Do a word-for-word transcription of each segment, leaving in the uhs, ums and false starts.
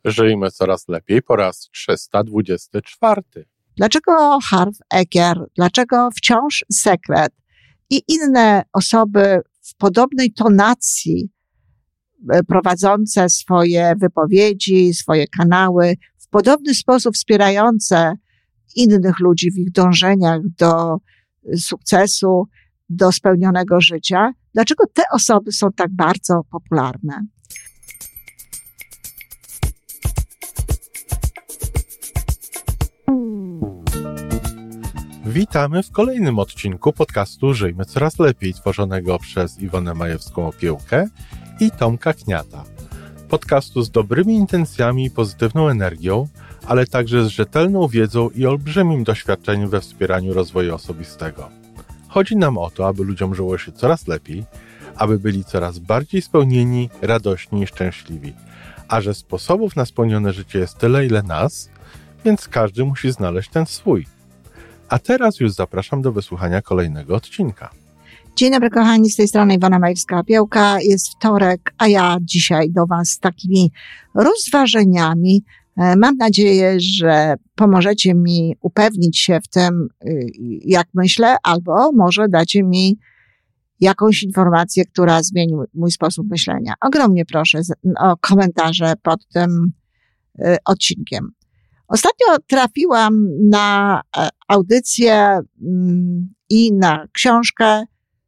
Żyjmy coraz lepiej po raz trzysta dwudziesty czwarty. Dlaczego Harv Eker, dlaczego wciąż Sekret i inne osoby w podobnej tonacji prowadzące swoje wypowiedzi, swoje kanały, w podobny sposób wspierające innych ludzi w ich dążeniach do sukcesu, do spełnionego życia, dlaczego te osoby są tak bardzo popularne? Witamy w kolejnym odcinku podcastu Żyjmy Coraz Lepiej, tworzonego przez Iwonę Majewską-Opiełkę i Tomka Kniata. Podcastu z dobrymi intencjami i pozytywną energią, ale także z rzetelną wiedzą i olbrzymim doświadczeniem we wspieraniu rozwoju osobistego. Chodzi nam o to, aby ludziom żyło się coraz lepiej, aby byli coraz bardziej spełnieni, radośni i szczęśliwi. A że sposobów na spełnione życie jest tyle, ile nas, więc każdy musi znaleźć ten swój. A teraz już zapraszam do wysłuchania kolejnego odcinka. Dzień dobry kochani, z tej strony Iwona Majewska-Opiełka. Jest wtorek, a ja dzisiaj do Was z takimi rozważaniami. Mam nadzieję, że pomożecie mi upewnić się w tym, jak myślę, albo może dacie mi jakąś informację, która zmieni mój sposób myślenia. Ogromnie proszę o komentarze pod tym odcinkiem. Ostatnio trafiłam na audycję i na książkę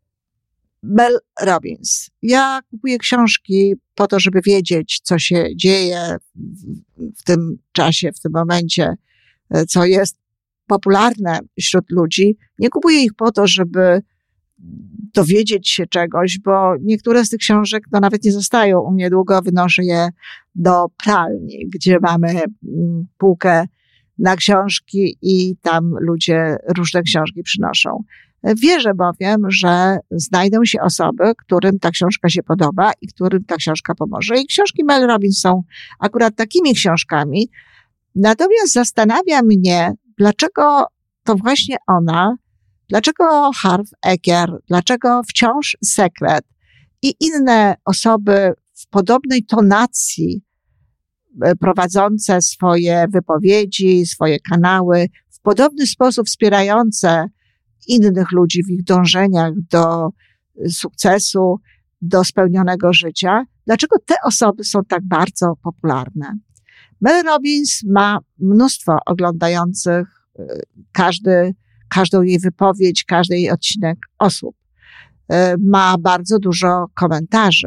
Mel Robbins. Ja kupuję książki po to, żeby wiedzieć, co się dzieje w tym czasie, w tym momencie, co jest popularne wśród ludzi. Nie kupuję ich po to, żeby dowiedzieć się czegoś, bo niektóre z tych książek no, nawet nie zostają u mnie długo. Wynoszę je do pralni, gdzie mamy półkę na książki i tam ludzie różne książki przynoszą. Wierzę bowiem, że znajdą się osoby, którym ta książka się podoba i którym ta książka pomoże. I książki Mel Robbins są akurat takimi książkami. Natomiast zastanawia mnie, dlaczego to właśnie ona, dlaczego Harv Eker, dlaczego wciąż Sekret i inne osoby w podobnej tonacji prowadzące swoje wypowiedzi, swoje kanały, w podobny sposób wspierające innych ludzi w ich dążeniach do sukcesu, do spełnionego życia, dlaczego te osoby są tak bardzo popularne? Mel Robbins ma mnóstwo oglądających każdy, każdą jej wypowiedź, każdy jej odcinek osób. Ma bardzo dużo komentarzy.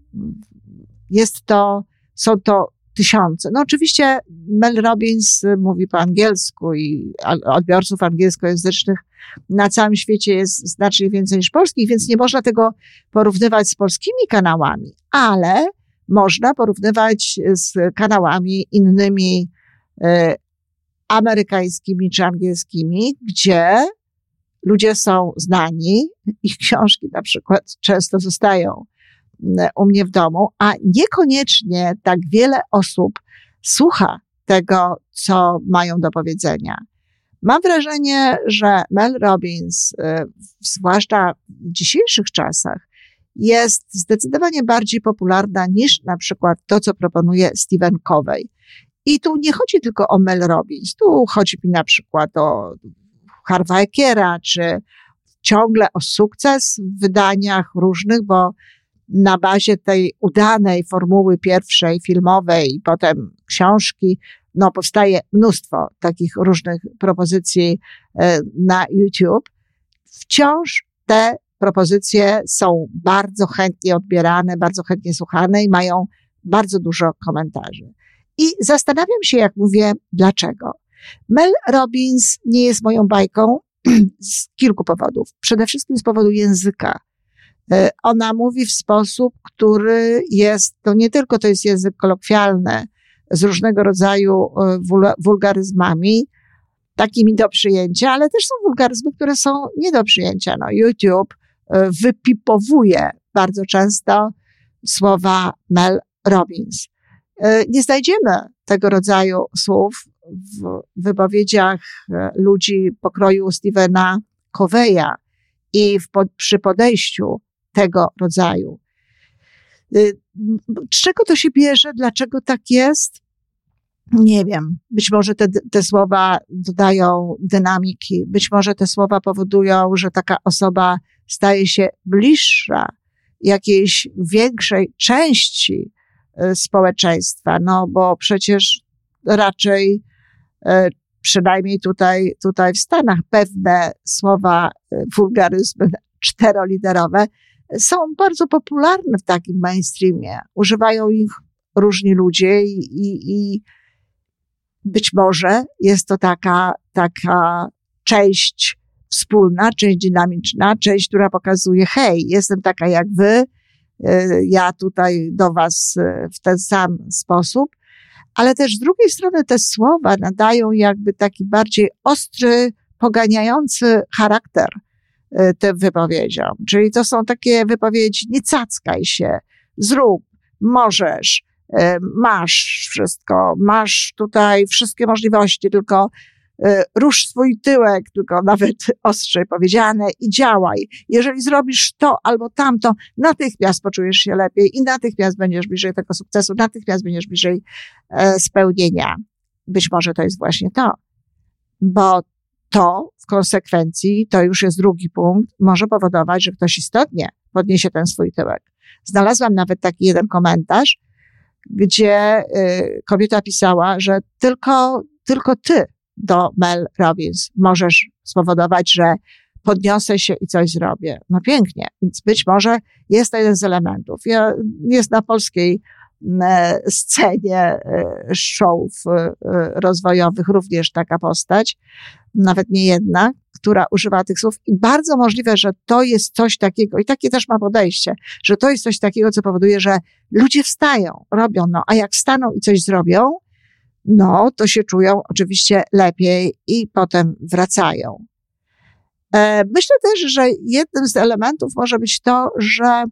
Jest to, są to tysiące. No oczywiście Mel Robbins mówi po angielsku i odbiorców angielskojęzycznych na całym świecie jest znacznie więcej niż polskich, więc nie można tego porównywać z polskimi kanałami, ale można porównywać z kanałami innymi e, amerykańskimi czy angielskimi, gdzie ludzie są znani, ich książki na przykład często zostają u mnie w domu, a niekoniecznie tak wiele osób słucha tego, co mają do powiedzenia. Mam wrażenie, że Mel Robbins, zwłaszcza w dzisiejszych czasach, jest zdecydowanie bardziej popularna niż na przykład to, co proponuje Stephen Covey. I tu nie chodzi tylko o Mel Robbins, tu chodzi mi na przykład o Harva Ekera, czy ciągle o sukces w wydaniach różnych, bo na bazie tej udanej formuły pierwszej filmowej i potem książki, no powstaje mnóstwo takich różnych propozycji na YouTube. Wciąż te propozycje są bardzo chętnie odbierane, bardzo chętnie słuchane i mają bardzo dużo komentarzy. I zastanawiam się, jak mówię, dlaczego. Mel Robbins nie jest moją bajką z kilku powodów. Przede wszystkim z powodu języka. Ona mówi w sposób, który jest, to nie tylko to jest język kolokwialny, z różnego rodzaju wulgaryzmami, takimi do przyjęcia, ale też są wulgaryzmy, które są nie do przyjęcia. No, YouTube wypipowuje bardzo często słowa Mel Robbins. Nie znajdziemy tego rodzaju słów w wypowiedziach ludzi pokroju Stephena Coveya i w, przy podejściu tego rodzaju. Z czego to się bierze? Dlaczego tak jest? nie wiem, być może te, te słowa dodają dynamiki, być może te słowa powodują, że taka osoba staje się bliższa jakiejś większej części społeczeństwa, no bo przecież raczej, przynajmniej tutaj, tutaj w Stanach, pewne słowa, wulgaryzmy czteroliterowe są bardzo popularne w takim mainstreamie. Używają ich różni ludzie i, i, i być może jest to taka, taka część wspólna, część dynamiczna, część, która pokazuje, hej, jestem taka jak wy, ja tutaj do was w ten sam sposób, ale też z drugiej strony te słowa nadają jakby taki bardziej ostry, poganiający charakter tym wypowiedziom. Czyli to są takie wypowiedzi, nie cackaj się, zrób, możesz, masz wszystko, masz tutaj wszystkie możliwości, tylko rusz swój tyłek, tylko nawet ostrzej powiedziane i działaj. Jeżeli zrobisz to albo tamto, natychmiast poczujesz się lepiej i natychmiast będziesz bliżej tego sukcesu, natychmiast będziesz bliżej e, spełnienia. Być może to jest właśnie to, bo to w konsekwencji, to już jest drugi punkt, może powodować, że ktoś istotnie podniesie ten swój tyłek. Znalazłam nawet taki jeden komentarz, gdzie y, kobieta pisała, że tylko, tylko ty do Mel Robbins możesz spowodować, że podniosę się i coś zrobię. No pięknie, więc być może jest to jeden z elementów. Ja, jest na polskiej e, scenie e, showów e, rozwojowych również taka postać, nawet nie jedna, która używa tych słów i bardzo możliwe, że to jest coś takiego, i takie też ma podejście, że to jest coś takiego, co powoduje, że ludzie wstają, robią, no a jak wstaną i coś zrobią, no to się czują oczywiście lepiej i potem wracają. E, myślę też, że jednym z elementów może być to, że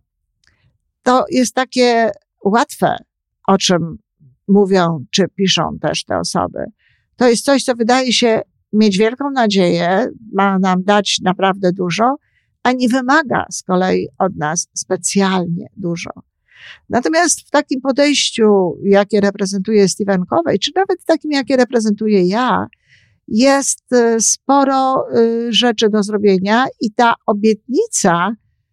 to jest takie łatwe, o czym mówią czy piszą też te osoby. To jest coś, co wydaje się mieć wielką nadzieję, ma nam dać naprawdę dużo, a nie wymaga z kolei od nas specjalnie dużo. Natomiast w takim podejściu, jakie reprezentuje Stephen Covey, czy nawet takim, jakie reprezentuję ja, jest sporo rzeczy do zrobienia i ta obietnica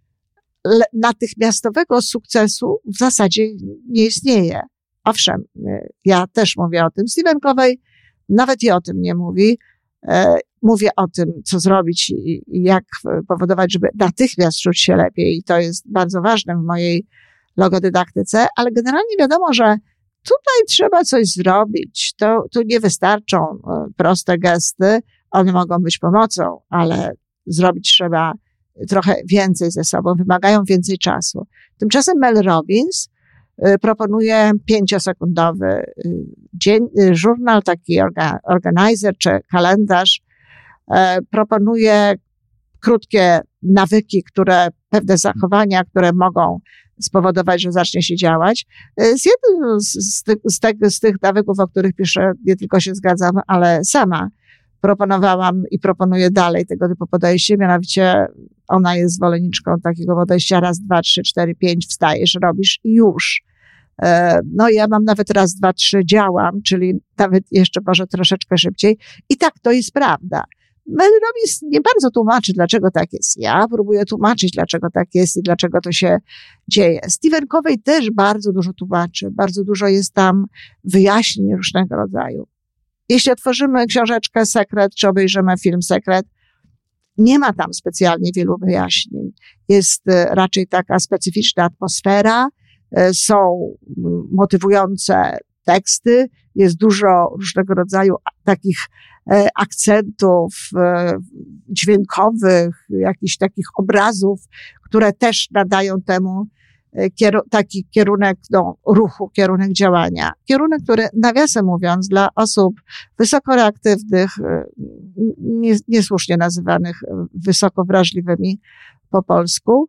natychmiastowego sukcesu w zasadzie nie istnieje. Owszem, ja też mówię o tym. Stephen Covey nawet i o tym nie mówi. Mówię o tym, co zrobić i jak powodować, żeby natychmiast czuć się lepiej. I to jest bardzo ważne w mojej logodydaktyce, ale generalnie wiadomo, że tutaj trzeba coś zrobić. To, tu nie wystarczą proste gesty. One mogą być pomocą, ale zrobić trzeba trochę więcej ze sobą, wymagają więcej czasu. Tymczasem Mel Robbins proponuje pięciosekundowy dzień, żurnal, taki orga, organizer czy kalendarz. Proponuje krótkie nawyki, które, pewne zachowania, które mogą spowodować, że zacznie się działać. Z jednym z, z, tych, z, tych, z tych nawyków, o których piszę, nie tylko się zgadzam, ale sama proponowałam i proponuję dalej tego typu podejście, mianowicie ona jest zwolenniczką takiego podejścia raz, dwa, trzy, cztery, pięć, wstajesz, robisz i już. No ja mam nawet raz, dwa, trzy, działam, czyli nawet jeszcze może troszeczkę szybciej i tak to jest prawda. Mel Robbins nie bardzo tłumaczy, dlaczego tak jest. Ja próbuję tłumaczyć, dlaczego tak jest i dlaczego to się dzieje. Stephen Covey też bardzo dużo tłumaczy, bardzo dużo jest tam wyjaśnień różnego rodzaju. Jeśli otworzymy książeczkę Sekret, czy obejrzymy film Sekret, nie ma tam specjalnie wielu wyjaśnień. Jest raczej taka specyficzna atmosfera, są motywujące teksty, jest dużo różnego rodzaju takich akcentów dźwiękowych, jakichś takich obrazów, które też nadają temu taki kierunek no, ruchu, kierunek działania. Kierunek, który nawiasem mówiąc dla osób wysoko reaktywnych, niesłusznie nazywanych wysoko wrażliwymi po polsku,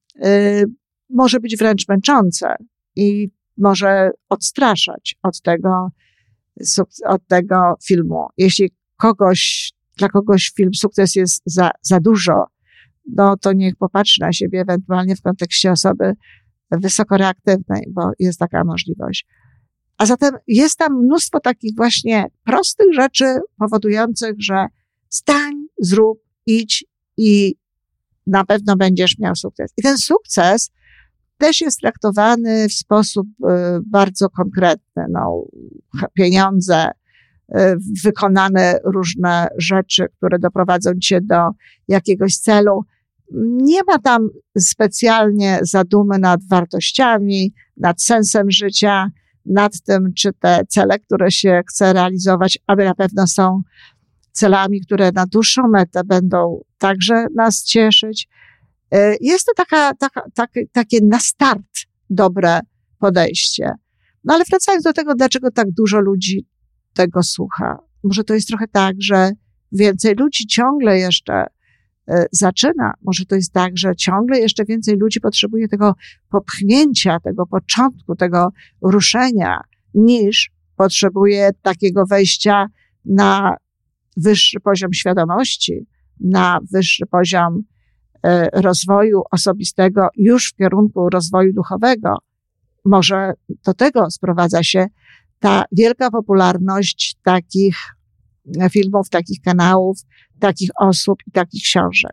może być wręcz męczące i może odstraszać od tego, od tego filmu. Jeśli kogoś, dla kogoś film sukces jest za, za dużo, no to niech popatrzy na siebie ewentualnie w kontekście osoby wysoko reaktywnej, bo jest taka możliwość. A zatem jest tam mnóstwo takich właśnie prostych rzeczy powodujących, że stań, zrób, idź i na pewno będziesz miał sukces. I ten sukces też jest traktowany w sposób bardzo konkretny. No, pieniądze, wykonane różne rzeczy, które doprowadzą cię do jakiegoś celu. Nie ma tam specjalnie zadumy nad wartościami, nad sensem życia, nad tym, czy te cele, które się chce realizować, aby na pewno są celami, które na dłuższą metę będą także nas cieszyć. Jest to taka, taka, takie, takie na start dobre podejście. No ale wracając do tego, dlaczego tak dużo ludzi tego słucha. Może to jest trochę tak, że więcej ludzi ciągle jeszcze zaczyna. Może to jest tak, że ciągle jeszcze więcej ludzi potrzebuje tego popchnięcia, tego początku, tego ruszenia, niż potrzebuje takiego wejścia na wyższy poziom świadomości, na wyższy poziom rozwoju osobistego, już w kierunku rozwoju duchowego. Może do tego sprowadza się ta wielka popularność takich filmów, takich kanałów, takich osób i takich książek.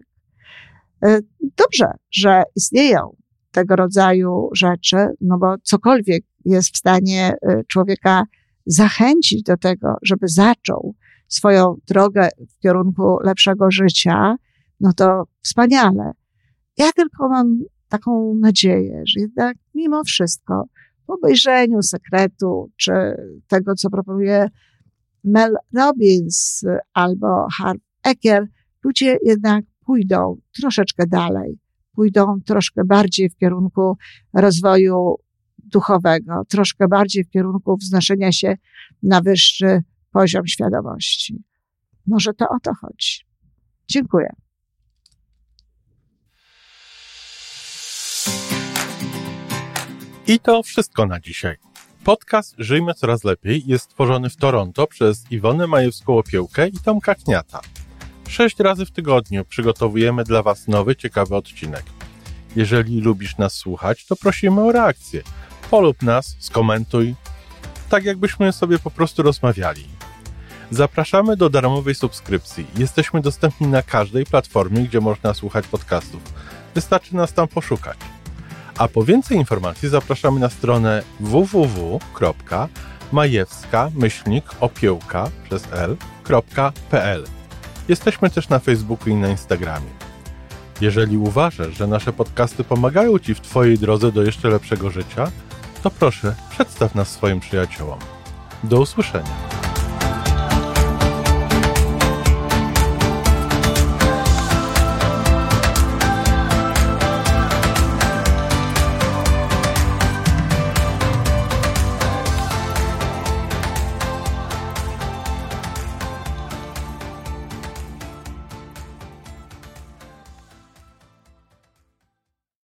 Dobrze, że istnieją tego rodzaju rzeczy, no bo cokolwiek jest w stanie człowieka zachęcić do tego, żeby zaczął swoją drogę w kierunku lepszego życia, no to wspaniale. Ja tylko mam taką nadzieję, że jednak mimo wszystko po obejrzeniu Sekretu, czy tego, co proponuje Mel Robbins albo Harv Eker, ludzie jednak pójdą troszeczkę dalej, pójdą troszkę bardziej w kierunku rozwoju duchowego, troszkę bardziej w kierunku wznoszenia się na wyższy poziom świadomości. Może to o to chodzi. Dziękuję. I to wszystko na dzisiaj. Podcast Żyjmy Coraz Lepiej jest stworzony w Toronto przez Iwonę Majewską-Opiełkę i Tomka Kniata. Sześć razy w tygodniu przygotowujemy dla Was nowy, ciekawy odcinek. Jeżeli lubisz nas słuchać, to prosimy o reakcję. Polub nas, skomentuj, tak jakbyśmy sobie po prostu rozmawiali. Zapraszamy do darmowej subskrypcji. Jesteśmy dostępni na każdej platformie, gdzie można słuchać podcastów. Wystarczy nas tam poszukać. A po więcej informacji zapraszamy na stronę w w w kropka majewska myślnik opiełka przez l kropka p l. Jesteśmy też na Facebooku i na Instagramie. Jeżeli uważasz, że nasze podcasty pomagają Ci w Twojej drodze do jeszcze lepszego życia, to proszę, przedstaw nas swoim przyjaciołom. Do usłyszenia.